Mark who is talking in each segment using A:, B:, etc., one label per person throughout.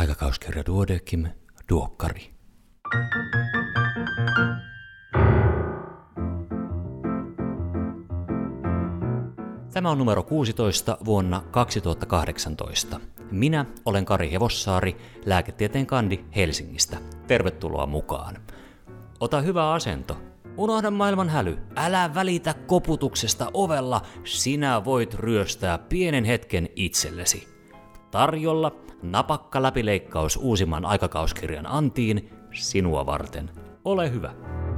A: Aikakauskirja Duodecim, Duokkari. Tämä on numero 16 vuonna 2018. Minä olen Kari Hevossaari, lääketieteen kandi Helsingistä. Tervetuloa mukaan. Ota hyvä asento. Unohda maailman häly. Älä välitä koputuksesta ovella. Sinä voit ryöstää pienen hetken itsellesi. Tarjolla napakka läpileikkaus uusimman aikakauskirjan antiin sinua varten. Ole hyvä.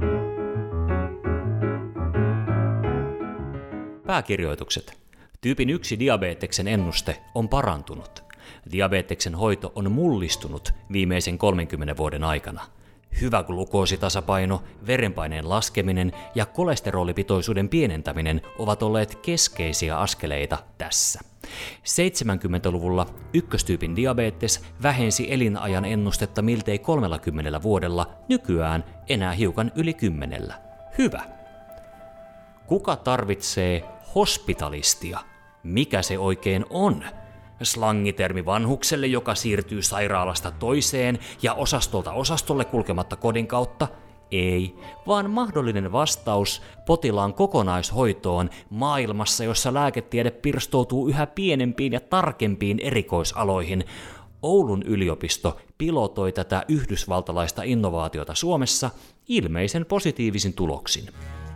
A: Pääkirjoitukset. Tyypin 1 diabeteksen ennuste on parantunut. Diabeteksen hoito on mullistunut viimeisen 30 vuoden aikana. Hyvä glukoositasapaino, verenpaineen laskeminen ja kolesterolipitoisuuden pienentäminen ovat olleet keskeisiä askeleita tässä. 70-luvulla ykköstyypin diabetes vähensi elinajan ennustetta miltei 30 vuodella, nykyään enää hiukan yli 10. Hyvä. Kuka tarvitsee hospitalistia? Mikä se oikein on? Slangitermi vanhukselle, joka siirtyy sairaalasta toiseen ja osastolta osastolle kulkematta kodin kautta? Ei, vaan mahdollinen vastaus potilaan kokonaishoitoon maailmassa, jossa lääketiede pirstoutuu yhä pienempiin ja tarkempiin erikoisaloihin. Oulun yliopisto pilotoi tätä yhdysvaltalaista innovaatiota Suomessa ilmeisen positiivisin tuloksin.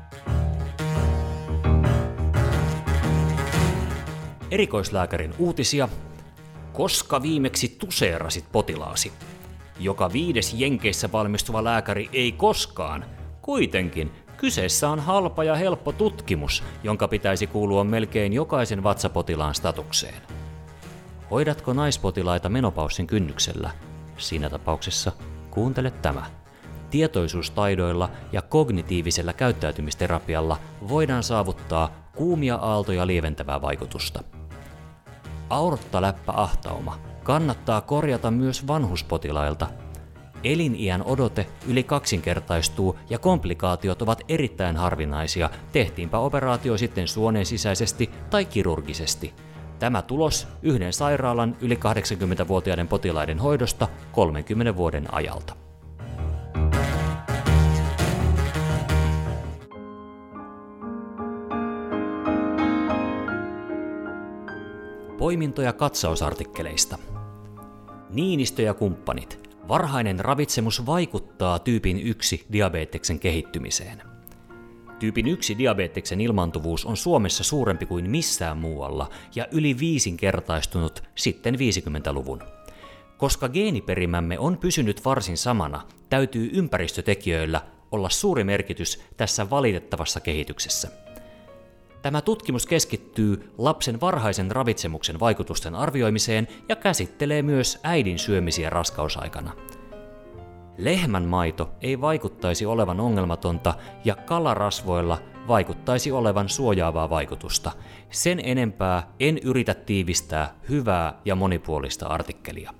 A: Erikoislääkärin uutisia. Koska viimeksi tuseerasit potilaasi? Joka 5. Jenkeissä valmistuva lääkäri ei koskaan. Kuitenkin kyseessä on halpa ja helppo tutkimus, jonka pitäisi kuulua melkein jokaisen vatsapotilaan statukseen. Hoidatko naispotilaita menopaussin kynnyksellä? Siinä tapauksessa kuuntele tämä. Tietoisuustaidoilla ja kognitiivisella käyttäytymisterapialla voidaan saavuttaa kuumia aaltoja lieventävää vaikutusta. Aorttaläppäahtauma kannattaa korjata myös vanhuspotilailta. Eliniän odote yli kaksinkertaistuu ja komplikaatiot ovat erittäin harvinaisia, tehtiinpä operaatio sitten suoneen sisäisesti tai kirurgisesti. Tämä tulos yhden sairaalan yli 80-vuotiaiden potilaiden hoidosta 30 vuoden ajalta. Poimintoja katsausartikkeleista. Niinistö ja kumppanit. Varhainen ravitsemus vaikuttaa tyypin 1 diabeteksen kehittymiseen. Tyypin 1 diabeteksen ilmaantuvuus on Suomessa suurempi kuin missään muualla ja yli 5-kertaistunut sitten 50-luvun. Koska geeniperimämme on pysynyt varsin samana, täytyy ympäristötekijöillä olla suuri merkitys tässä valitettavassa kehityksessä. Tämä tutkimus keskittyy lapsen varhaisen ravitsemuksen vaikutusten arvioimiseen ja käsittelee myös äidin syömisiä raskausaikana. Lehmän maito ei vaikuttaisi olevan ongelmatonta ja kalarasvoilla vaikuttaisi olevan suojaavaa vaikutusta. Sen enempää en yritä tiivistää hyvää ja monipuolista artikkelia.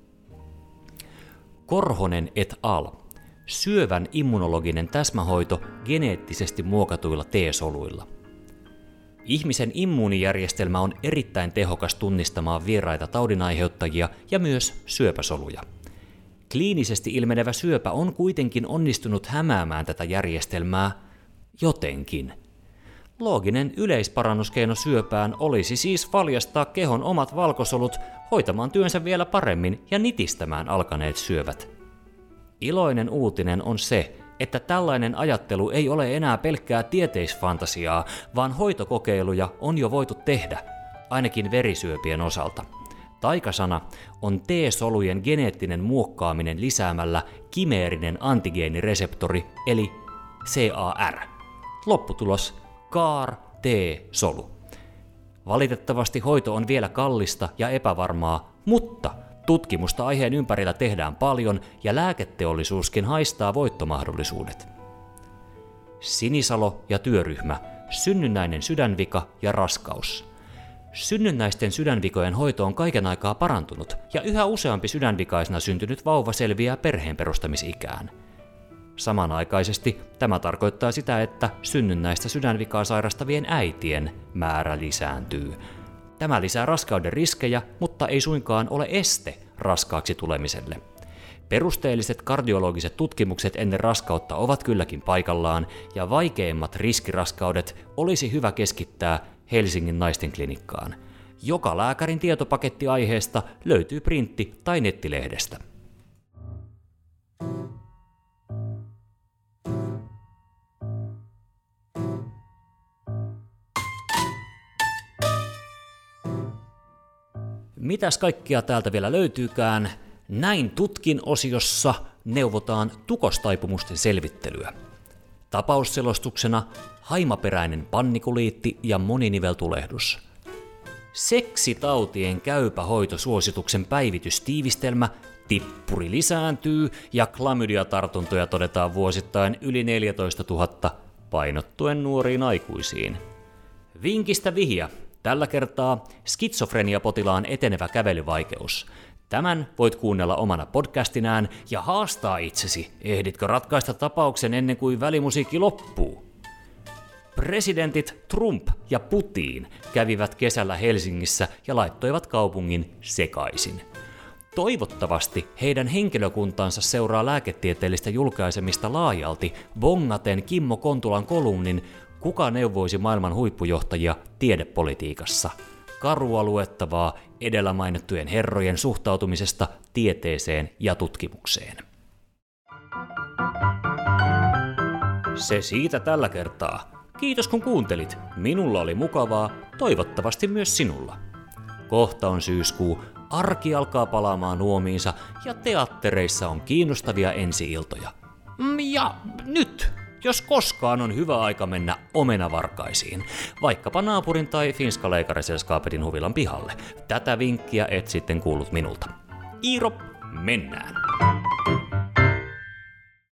A: Korhonen et al. Syövän immunologinen täsmähoito geneettisesti muokatuilla T-soluilla. Ihmisen immuunijärjestelmä on erittäin tehokas tunnistamaan vieraita taudinaiheuttajia ja myös syöpäsoluja. Kliinisesti ilmenevä syöpä on kuitenkin onnistunut hämäämään tätä järjestelmää jotenkin. Looginen yleisparannuskeino syöpään olisi siis valjastaa kehon omat valkosolut hoitamaan työnsä vielä paremmin ja nitistämään alkaneet syövät. Iloinen uutinen on se, että tällainen ajattelu ei ole enää pelkkää tieteisfantasiaa, vaan hoitokokeiluja on jo voitu tehdä, ainakin verisyöpien osalta. Taikasana on T-solujen geneettinen muokkaaminen lisäämällä kimeerinen antigeenireseptori eli CAR. Lopputulos CAR-T-solu. Valitettavasti hoito on vielä kallista ja epävarmaa, mutta tutkimusta aiheen ympärillä tehdään paljon ja lääketeollisuuskin haistaa voittomahdollisuudet. Sinisalo ja työryhmä, synnynnäinen sydänvika ja raskaus. Synnynnäisten sydänvikojen hoito on kaiken aikaa parantunut ja yhä useampi sydänvikaisena syntynyt vauva selviää perheen perustamisikään. Samanaikaisesti tämä tarkoittaa sitä, että synnynnäistä sydänvikaa sairastavien äitien määrä lisääntyy. Tämä lisää raskauden riskejä, mutta ei suinkaan ole este raskaaksi tulemiselle. Perusteelliset kardiologiset tutkimukset ennen raskautta ovat kylläkin paikallaan, ja vaikeimmat riskiraskaudet olisi hyvä keskittää Helsingin naistenklinikkaan. Joka lääkärin tietopaketti aiheesta löytyy printti- tai nettilehdestä. Mitäs kaikkia täältä vielä löytyykään? Näin tutkin osiossa neuvotaan tukostaipumusten selvittelyä. Tapausselostuksena haimaperäinen pannikuliitti ja moniniveltulehdus. Seksitautien käypä hoitosuosituksen päivitystiivistelmä, tippuri lisääntyy ja klamydiatartuntoja todetaan vuosittain yli 14 000 painottuen nuoriin aikuisiin. Vinkistä vihja. Tällä kertaa skitsofreniapotilaan etenevä kävelyvaikeus. Tämän voit kuunnella omana podcastinään ja haastaa itsesi, ehditkö ratkaista tapauksen ennen kuin välimusiikki loppuu. Presidentit Trump ja Putin kävivät kesällä Helsingissä ja laittoivat kaupungin sekaisin. Toivottavasti heidän henkilökuntansa seuraa lääketieteellistä julkaisemista laajalti bongaten Kimmo Kontulan kolumnin Kuka neuvoisi maailman huippujohtajia tiedepolitiikassa? Karua luettavaa edellä mainittujen herrojen suhtautumisesta tieteeseen ja tutkimukseen. Se siitä tällä kertaa. Kiitos kun kuuntelit. Minulla oli mukavaa, toivottavasti myös sinulla. Kohta on syyskuu, arki alkaa palaamaan nuomiinsa ja teattereissa on kiinnostavia ensi-iltoja. Ja nyt! Jos koskaan on hyvä aika mennä omenavarkaisiin, vaikkapa naapurin tai Finska Leikarisällskapettin huvilan pihalle. Tätä vinkkiä et sitten kuullut minulta. Iiro, mennään!